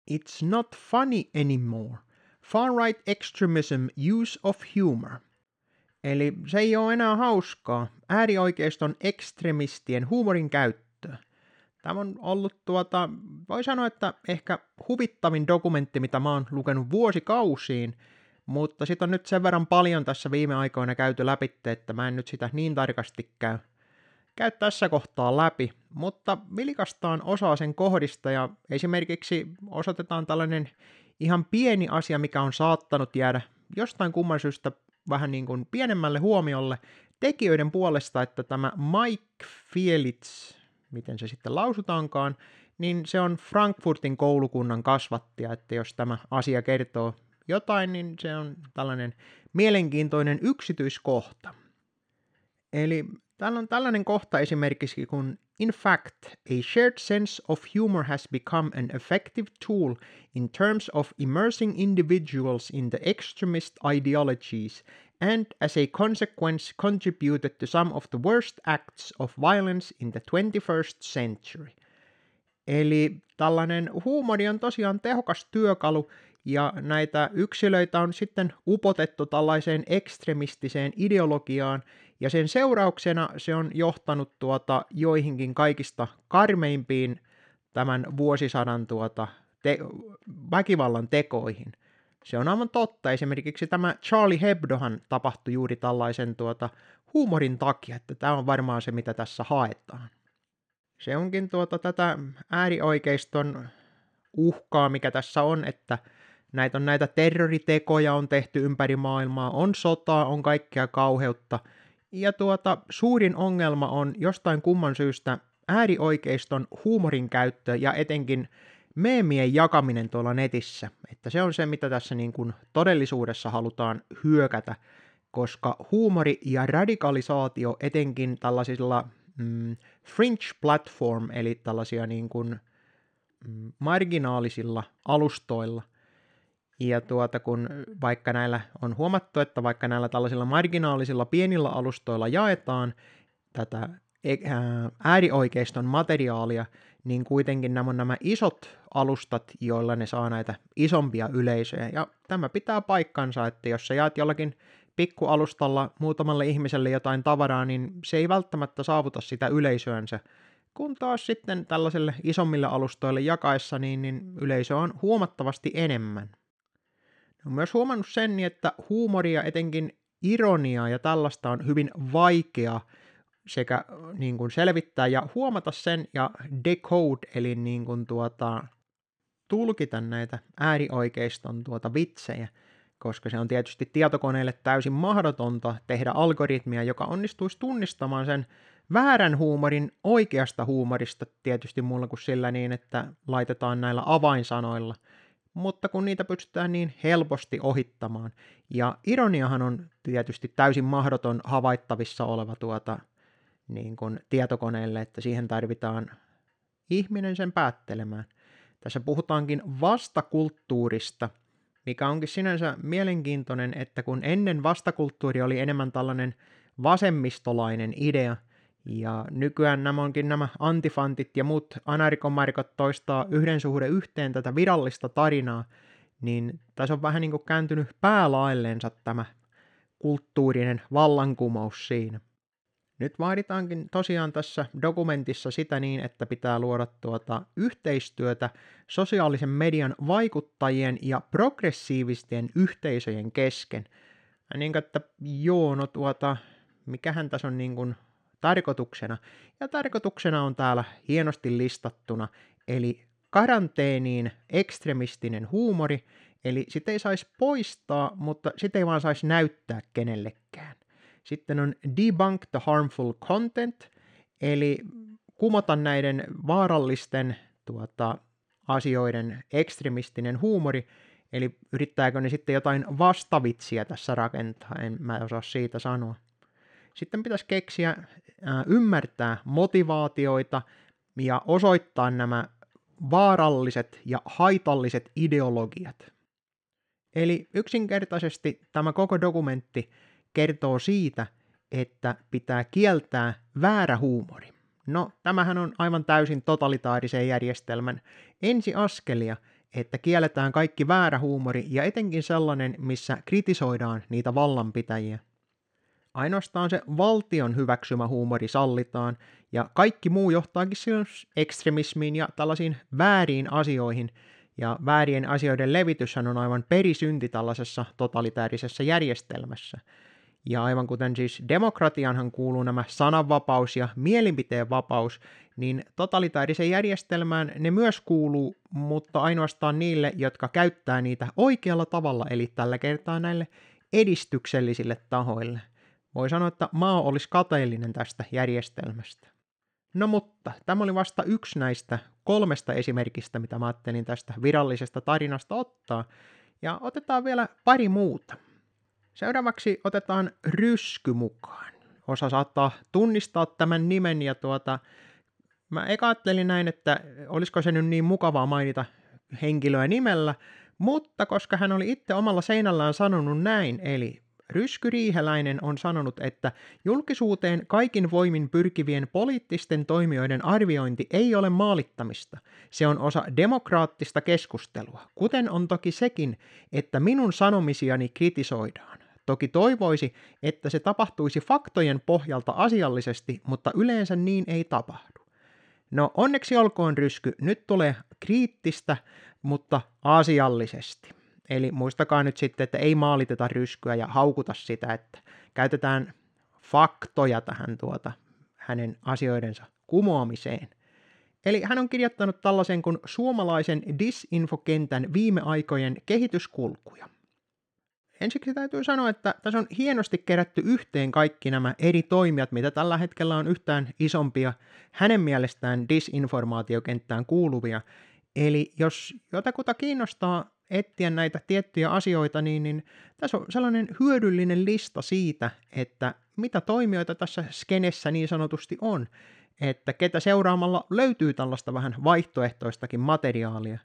It's not funny anymore. Far-right extremism use of humor. Eli se ei ole enää hauskaa. Äärioikeiston ekstremistien huumorin käyttöä. Tämä on ollut voi sanoa, että ehkä huvittavin dokumentti, mitä mä oon lukenut vuosikausiin, mutta sit on nyt sen verran paljon tässä viime aikoina käyty läpi, että mä en nyt sitä niin tarkasti käy tässä kohtaa läpi, mutta vilkastaan osaa sen kohdista ja esimerkiksi osoitetaan tällainen ihan pieni asia, mikä on saattanut jäädä jostain kumman syystä vähän niin kuin pienemmälle huomiolle tekijöiden puolesta, että tämä Mike Fielitz, miten se sitten lausutaankaan, niin se on Frankfurtin koulukunnan kasvattaja, että jos tämä asia kertoo jotain, niin se on tällainen mielenkiintoinen yksityiskohta. Eli täällä on tällainen kohta esimerkiksi, kun in fact, a shared sense of humor has become an effective tool in terms of immersing individuals in the extremist ideologies and as a consequence contributed to some of the worst acts of violence in the 21st century. Eli tällainen huumori on tosiaan tehokas työkalu, ja näitä yksilöitä on sitten upotettu tällaiseen ekstremistiseen ideologiaan, ja sen seurauksena se on johtanut joihinkin kaikista karmeimpiin tämän vuosisadan väkivallan tekoihin. Se on aivan totta. Esimerkiksi tämä Charlie Hebdohan tapahtui juuri tällaisen huumorin takia, että tämä on varmaan se, mitä tässä haetaan. Se onkin tätä äärioikeiston uhkaa, mikä tässä on, että näitä terroritekoja on tehty ympäri maailmaa, on sotaa, on kaikkea kauheutta, ja suurin ongelma on jostain kumman syystä äärioikeiston huumorin käyttö ja etenkin meemien jakaminen tuolla netissä, että se on se, mitä tässä niin kuin todellisuudessa halutaan hyökätä, koska huumori ja radikalisaatio etenkin tällaisilla fringe platform, eli tällaisia niin kuin marginaalisilla alustoilla, ja kun vaikka näillä on huomattu, että vaikka näillä tällaisilla marginaalisilla pienillä alustoilla jaetaan tätä äärioikeiston materiaalia, niin kuitenkin nämä on nämä isot alustat, joilla ne saa näitä isompia yleisöjä. Ja tämä pitää paikkansa, että jos sä jaat jollakin pikkualustalla muutamalle ihmiselle jotain tavaraa, niin se ei välttämättä saavuta sitä yleisöänsä. Kun taas sitten tällaiselle isommille alustoille jakaessa, niin yleisö on huomattavasti enemmän. Olen myös huomannut sen, että huumoria, etenkin ironiaa ja tällaista on hyvin vaikea sekä niin kuin selvittää ja huomata sen ja decode, eli niin kuin tulkita näitä äärioikeiston vitsejä, koska se on tietysti tietokoneelle täysin mahdotonta tehdä algoritmia, joka onnistuisi tunnistamaan sen väärän huumorin oikeasta huumorista, tietysti muulla kuin sillä niin, että laitetaan näillä avainsanoilla, mutta kun niitä pystytään niin helposti ohittamaan. Ja ironiahan on tietysti täysin mahdoton havaittavissa oleva niin kuin tietokoneelle, että siihen tarvitaan ihminen sen päättelemään. Tässä puhutaankin vastakulttuurista, mikä onkin sinänsä mielenkiintoinen, että kun ennen vastakulttuuri oli enemmän tällainen vasemmistolainen idea, ja nykyään nämä antifantit ja muut anarkomarkot toistaa 1:1 tätä virallista tarinaa, niin tässä on vähän niin kuin kääntynyt päälailleensa tämä kulttuurinen vallankumous siinä. Nyt vaaditaankin tosiaan tässä dokumentissa sitä niin, että pitää luoda yhteistyötä sosiaalisen median vaikuttajien ja progressiivisten yhteisöjen kesken. Ja niin kuin, että joo, no mikähän tässä on niin kuin tarkoituksena. Ja tarkoituksena on täällä hienosti listattuna, eli karanteeniin ekstremistinen huumori, eli sitä ei saisi poistaa, mutta sitä ei vaan saisi näyttää kenellekään. Sitten on debunk the harmful content, eli kumota näiden vaarallisten asioiden ekstremistinen huumori, eli yrittääkö ne sitten jotain vastavitsiä tässä rakentaa, en mä osaa siitä sanoa. Sitten pitäisi keksiä, ymmärtää motivaatioita ja osoittaa nämä vaaralliset ja haitalliset ideologiat. Eli yksinkertaisesti tämä koko dokumentti kertoo siitä, että pitää kieltää väärä huumori. No, tämähän on aivan täysin totalitaarisen järjestelmän ensiaskelia, että kielletään kaikki väärä huumori ja etenkin sellainen, missä kritisoidaan niitä vallanpitäjiä. Ainoastaan se valtion hyväksymä huumori sallitaan, ja kaikki muu johtaakin silloin ekstremismiin ja tällaisiin vääriin asioihin, ja väärien asioiden levityshän on aivan perisynti tällaisessa totalitäärisessä järjestelmässä. Ja aivan kuten siis demokratianhan kuuluu nämä sananvapaus ja mielipiteenvapaus, niin totalitääriseen järjestelmään ne myös kuuluu, mutta ainoastaan niille, jotka käyttää niitä oikealla tavalla, eli tällä kertaa näille edistyksellisille tahoille. Voi sanoa, että maa olisi kateellinen tästä järjestelmästä. No mutta, tämä oli vasta yksi näistä 3 esimerkistä, mitä mä ajattelin tästä virallisesta tarinasta ottaa, ja otetaan vielä pari muuta. Seuraavaksi otetaan Rysky mukaan. Osa saattaa tunnistaa tämän nimen, ja mä eka ajattelin näin, että olisiko se nyt niin mukavaa mainita henkilöä nimellä, mutta koska hän oli itse omalla seinällään sanonut näin, eli Rysky Riiheläinen on sanonut, että julkisuuteen kaikin voimin pyrkivien poliittisten toimijoiden arviointi ei ole maalittamista. Se on osa demokraattista keskustelua, kuten on toki sekin, että minun sanomisiani kritisoidaan. Toki toivoisi, että se tapahtuisi faktojen pohjalta asiallisesti, mutta yleensä niin ei tapahdu. No onneksi olkoon Rysky, nyt tulee kriittistä, mutta asiallisesti. Eli muistakaa nyt sitten, että ei maaliteta Ryskyä ja haukuta sitä, että käytetään faktoja tähän hänen asioidensa kumoamiseen. Eli hän on kirjoittanut tällaisen kuin suomalaisen disinfokentän viime aikojen kehityskulkuja. Ensiksi täytyy sanoa, että tässä on hienosti kerätty yhteen kaikki nämä eri toimijat, mitä tällä hetkellä on yhtään isompia hänen mielestään disinformaatiokenttään kuuluvia. Eli jos jotakuta kiinnostaa etsiä näitä tiettyjä asioita, niin tässä on sellainen hyödyllinen lista siitä, että mitä toimijoita tässä skenessä niin sanotusti on, että ketä seuraamalla löytyy tällaista vähän vaihtoehtoistakin materiaalia.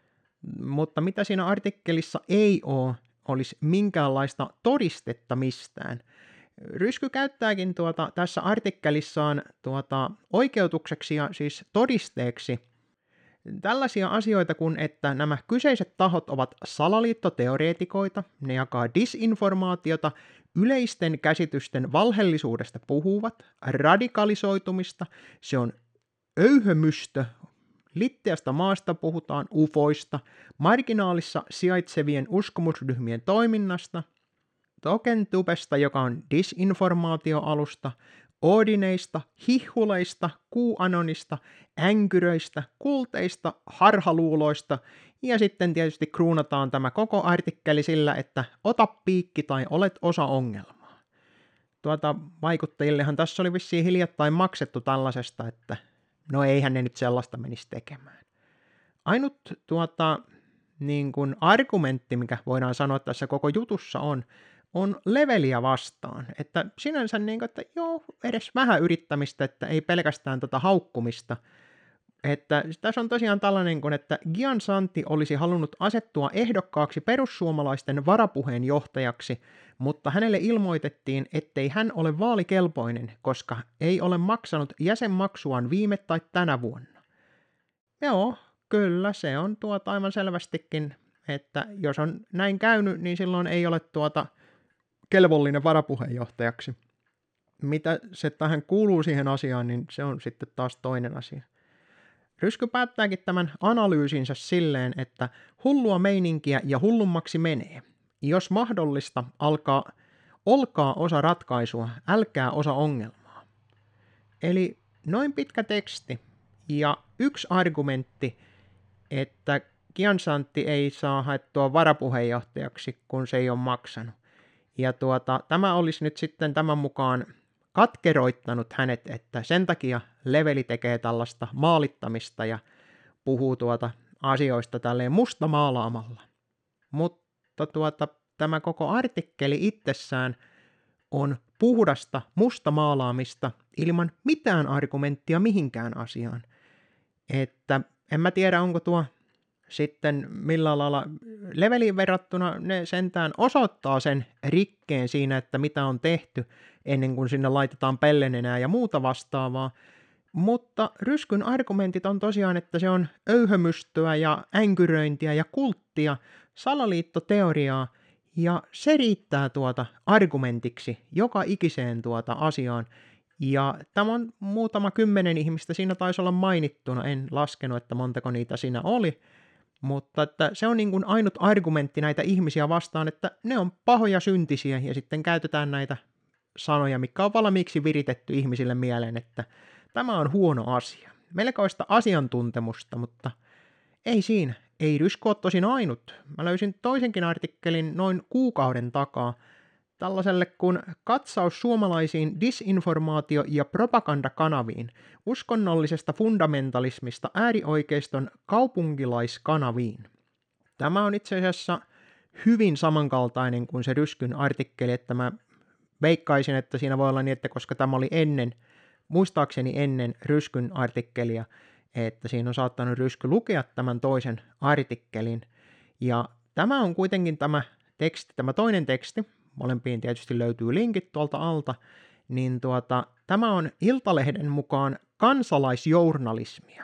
Mutta mitä siinä artikkelissa ei ole, olisi minkäänlaista todistetta mistään. Rysky käyttääkin tässä artikkelissaan oikeutukseksi ja siis todisteeksi tällaisia asioita kuin, että nämä kyseiset tahot ovat salaliittoteoreetikoita, ne jakaa disinformaatiota, yleisten käsitysten valheellisuudesta puhuvat, radikalisoitumista, se on öyhömystö, litteästä maasta puhutaan ufoista, marginaalissa sijaitsevien uskomusryhmien toiminnasta, Tokentubesta, joka on disinformaatioalusta, Odineista, hihhuleista, QAnonista, änkyröistä, kulteista, harhaluuloista ja sitten tietysti kruunataan tämä koko artikkeli sillä, että ota piikki tai olet osa ongelmaa. Vaikuttajillehan tässä oli vissiin hiljattain maksettu tällaisesta, että no eihän ne nyt sellaista menisi tekemään. Ainut niin kuin argumentti, mikä voidaan sanoa tässä koko jutussa on leveliä vastaan. Että sinänsä niin kuin, että joo, edes vähän yrittämistä, että ei pelkästään tätä haukkumista. Että tässä on tosiaan tällainen, että Gian Santi olisi halunnut asettua ehdokkaaksi perussuomalaisten varapuheenjohtajaksi, mutta hänelle ilmoitettiin, ettei hän ole vaalikelpoinen, koska ei ole maksanut jäsenmaksuaan viime tai tänä vuonna. Joo, kyllä se on aivan selvästikin, että jos on näin käynyt, niin silloin ei ole kelvollinen varapuheenjohtajaksi. Mitä se tähän kuuluu siihen asiaan, niin se on sitten taas toinen asia. Rysky päättääkin tämän analyysinsä silleen, että hullua meininkiä ja hullummaksi menee. Jos mahdollista, olkaa osa ratkaisua, älkää osa ongelmaa. Eli noin pitkä teksti ja yksi argumentti, että Gian Santi ei saa haettua varapuheenjohtajaksi, kun se ei ole maksanut. Ja tämä olisi nyt sitten tämän mukaan katkeroittanut hänet, että sen takia Leveli tekee tällaista maalittamista ja puhuu asioista tälleen mustamaalaamalla. Mutta tämä koko artikkeli itsessään on puhdasta mustamaalaamista ilman mitään argumenttia mihinkään asiaan. Että en mä tiedä, onko tuo sitten millä lailla Leveliin verrattuna ne sentään osoittaa sen rikkeen siinä, että mitä on tehty ennen kuin sinne laitetaan pellenenää ja muuta vastaavaa, Mutta Ryskyn argumentit on tosiaan, että se on öyhömystöä ja änkyröintiä ja kulttia, salaliittoteoriaa, ja se riittää argumentiksi joka ikiseen asiaan. Ja tämä on muutama 10 ihmistä, siinä taisi olla mainittuna, en laskenut, että montako niitä siinä oli, mutta että se on niin kuin ainut argumentti näitä ihmisiä vastaan, että ne on pahoja syntisiä, ja sitten käytetään näitä sanoja, mikä on valmiiksi viritetty ihmisille mieleen, että tämä on huono asia. Melkoista asiantuntemusta, mutta ei siinä. Ei Rysko ole tosin ainut. Mä löysin toisenkin artikkelin noin kuukauden takaa tällaiselle kuin katsaus suomalaisiin disinformaatio- ja propagandakanaviin, uskonnollisesta fundamentalismista äärioikeiston kaupunkilaiskanaviin. Tämä on itse asiassa hyvin samankaltainen kuin se Ryskyn artikkeli, että mä veikkaisin, että siinä voi olla niin, että koska tämä oli muistaakseni ennen Ryskyn artikkelia, että siinä on saattanut Rysky lukea tämän toisen artikkelin. Ja tämä on kuitenkin tämä toinen teksti, molempiin tietysti löytyy linkit tuolta alta, niin tämä on Iltalehden mukaan kansalaisjournalismia.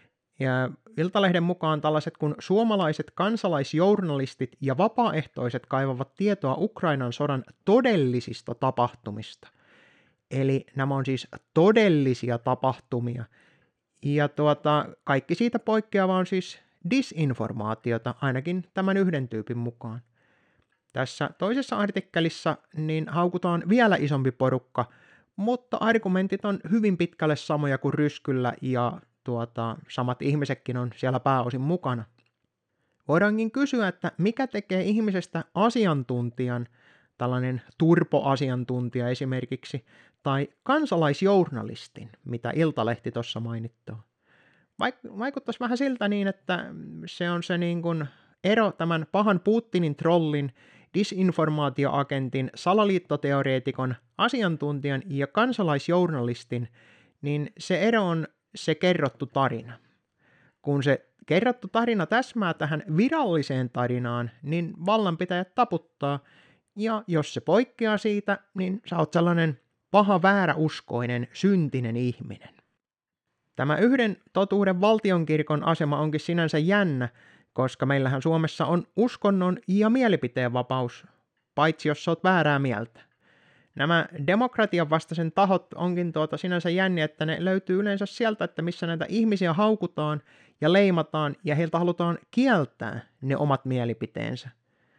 Ja Iltalehden mukaan tällaiset kuin suomalaiset kansalaisjournalistit ja vapaaehtoiset kaivavat tietoa Ukrainan sodan todellisista tapahtumista. Eli nämä on siis todellisia tapahtumia. Ja kaikki siitä poikkeava on siis disinformaatiota, ainakin tämän yhden tyypin mukaan. Tässä toisessa artikkelissa niin haukutaan vielä isompi porukka, mutta argumentit on hyvin pitkälle samoja kuin Ryskyllä ja samat ihmisetkin on siellä pääosin mukana. Voidaankin kysyä, että mikä tekee ihmisestä asiantuntijan, tällainen turpoasiantuntija esimerkiksi, tai kansalaisjournalistin, mitä Iltalehti tuossa mainittuu. Vaikuttaisi vähän siltä niin, että se on se niin kuin ero tämän pahan Putinin trollin, disinformaatioagentin, salaliittoteoreetikon, asiantuntijan ja kansalaisjournalistin, niin se ero on se kerrottu tarina. Kun se kerrottu tarina täsmää tähän viralliseen tarinaan, niin vallanpitäjät taputtaa, ja jos se poikkeaa siitä, niin sä oot sellainen paha vääräuskoinen, syntinen ihminen. Tämä yhden totuuden valtionkirkon asema onkin sinänsä jännä, koska meillähän Suomessa on uskonnon ja mielipiteen vapaus, paitsi jos sä oot väärää mieltä. Nämä demokratian vastaisen tahot onkin sinänsä jänniä, että ne löytyy yleensä sieltä, että missä näitä ihmisiä haukutaan ja leimataan ja heiltä halutaan kieltää ne omat mielipiteensä.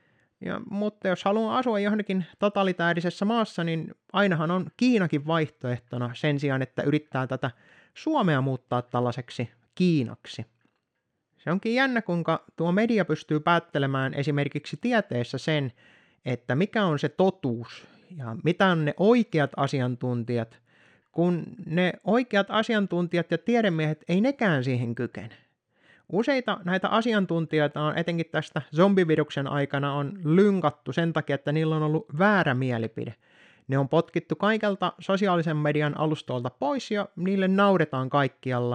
Mutta jos haluaa asua johonkin totalitäärisessä maassa, niin ainahan on Kiinakin vaihtoehtona sen sijaan, että yrittää tätä Suomea muuttaa tällaiseksi Kiinaksi. Se onkin jännä, kuinka tuo media pystyy päättelemään esimerkiksi tieteessä sen, että mikä on se totuus ja mitä on ne oikeat asiantuntijat, kun ne oikeat asiantuntijat ja tiedemiehet ei nekään siihen kykene. Useita näitä asiantuntijoita on etenkin tästä zombiviruksen aikana on lynkattu sen takia, että niillä on ollut väärä mielipide. Ne on potkittu kaikelta sosiaalisen median alustoilta pois ja niille nauretaan kaikkialla.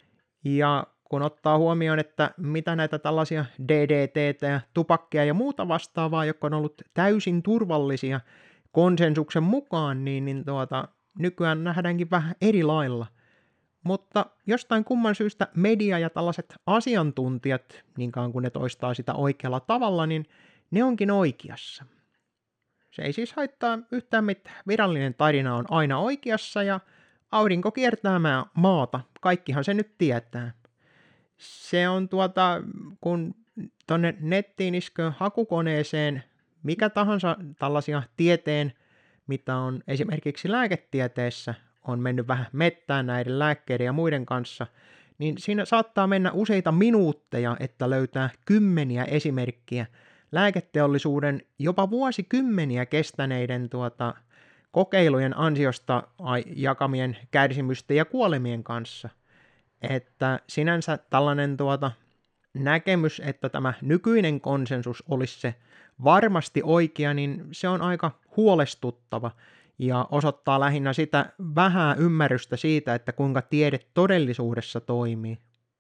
Ja kun ottaa huomioon, että mitä näitä tällaisia DDT ja tupakkia ja muuta vastaavaa, jotka on ollut täysin turvallisia konsensuksen mukaan, niin nykyään nähdäänkin vähän eri lailla. Mutta jostain kumman syystä media ja tällaiset asiantuntijat, niin kauan kun ne toistaa sitä oikealla tavalla, niin ne onkin oikeassa. Se ei siis haittaa yhtään mitään. Virallinen tarina on aina oikeassa ja aurinko kiertää maata. Kaikkihan se nyt tietää. Se on kun tonne nettiin iskee hakukoneeseen mikä tahansa tällaisia tieteen, mitä on esimerkiksi lääketieteessä, on mennyt vähän mettään näiden lääkkeiden ja muiden kanssa, niin siinä saattaa mennä useita minuutteja, että löytää 10 esimerkkiä lääketeollisuuden jopa vuosikymmeniä kestäneiden kokeilujen ansiosta jakamien kärsimysten ja kuolemien kanssa. Että sinänsä tällainen näkemys, että tämä nykyinen konsensus olisi se varmasti oikea, niin se on aika huolestuttava ja osoittaa lähinnä sitä vähää ymmärrystä siitä, että kuinka tiede todellisuudessa toimii.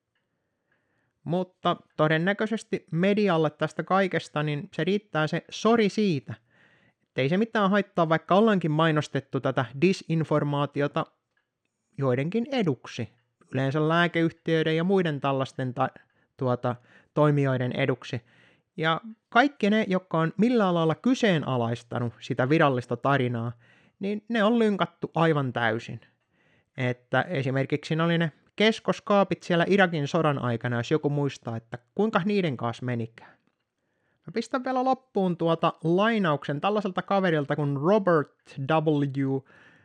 Mutta todennäköisesti medialle tästä kaikesta, niin se riittää se sori siitä. Ei se mitään haittaa, vaikka ollaankin mainostettu tätä disinformaatiota joidenkin eduksi, yleensä lääkeyhtiöiden ja muiden tällaisten toimijoiden eduksi. Ja kaikki ne, jotka on millään lailla kyseenalaistanut sitä virallista tarinaa, niin ne on lynkattu aivan täysin. Että esimerkiksi siinä oli ne keskoskaapit siellä Irakin sodan aikana, jos joku muistaa, että kuinka niiden kanssa menikään. Mä pistän vielä loppuun lainauksen tällaiselta kaverilta kuin Robert W.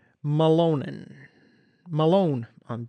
Malone.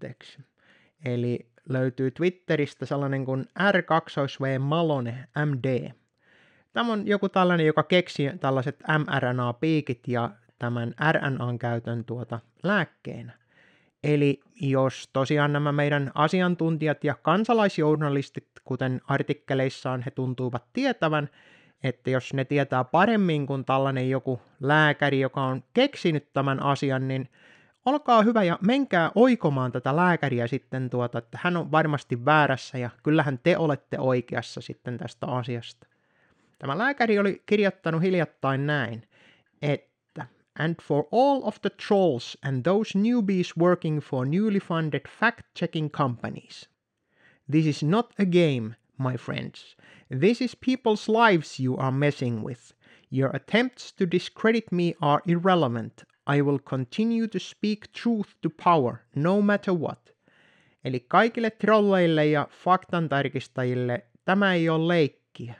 Eli löytyy Twitteristä sellainen kuin R2V Malone MD. Tämä on joku tällainen, joka keksi tällaiset mRNA-piikit ja tämän RNAn käytön lääkkeenä. Eli jos tosiaan nämä meidän asiantuntijat ja kansalaisjournalistit, kuten artikkeleissaan he tuntuvat tietävän, että jos ne tietää paremmin kuin tällainen joku lääkäri, joka on keksinyt tämän asian, niin olkaa hyvä ja menkää oikomaan tätä lääkäriä sitten että hän on varmasti väärässä ja kyllähän te olette oikeassa sitten tästä asiasta. Tämä lääkäri oli kirjoittanut hiljattain näin, että and for all of the trolls and those newbies working for newly funded fact-checking companies. This is not a game, my friends. This is people's lives you are messing with. Your attempts to discredit me are irrelevant. I will continue to speak truth to power, no matter what. Eli kaikille trolleille ja faktantarkistajille tämä ei ole leikkiä.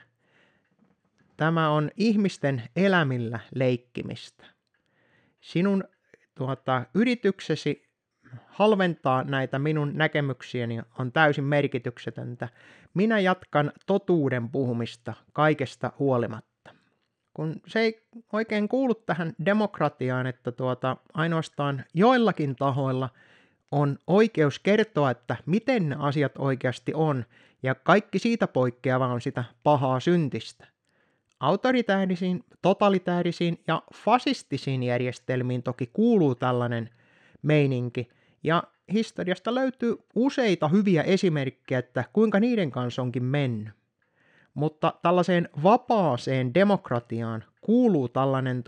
Tämä on ihmisten elämillä leikkimistä. Sinun yrityksesi halventaa näitä minun näkemyksiäni on täysin merkityksetöntä. Minä jatkan totuuden puhumista kaikesta huolimatta. Kun se ei oikein kuulu tähän demokratiaan, että ainoastaan joillakin tahoilla on oikeus kertoa, että miten ne asiat oikeasti on, ja kaikki siitä poikkeava on sitä pahaa syntistä. Autoritäärisiin, totalitäärisiin ja fasistisiin järjestelmiin toki kuuluu tällainen meininki, ja historiasta löytyy useita hyviä esimerkkejä, että kuinka niiden kanssa onkin mennyt. Mutta tällaiseen vapaaseen demokratiaan kuuluu tällainen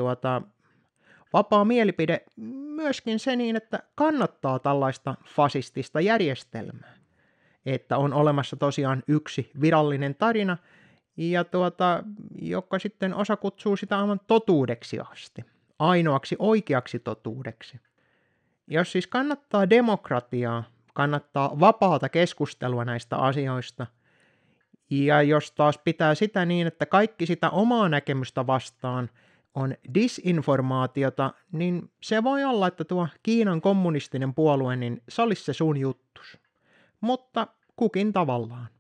vapaa mielipide myöskin se niin, että kannattaa tällaista fasistista järjestelmää. Että on olemassa tosiaan yksi virallinen tarina, ja joka sitten osa kutsuu sitä aivan totuudeksi asti, ainoaksi oikeaksi totuudeksi. Jos siis kannattaa demokratiaa, kannattaa vapaata keskustelua näistä asioista, ja jos taas pitää sitä niin, että kaikki sitä omaa näkemystä vastaan on disinformaatiota, niin se voi olla, että tuo Kiinan kommunistinen puolue, niin se olisi se sun juttus. Mutta kukin tavallaan.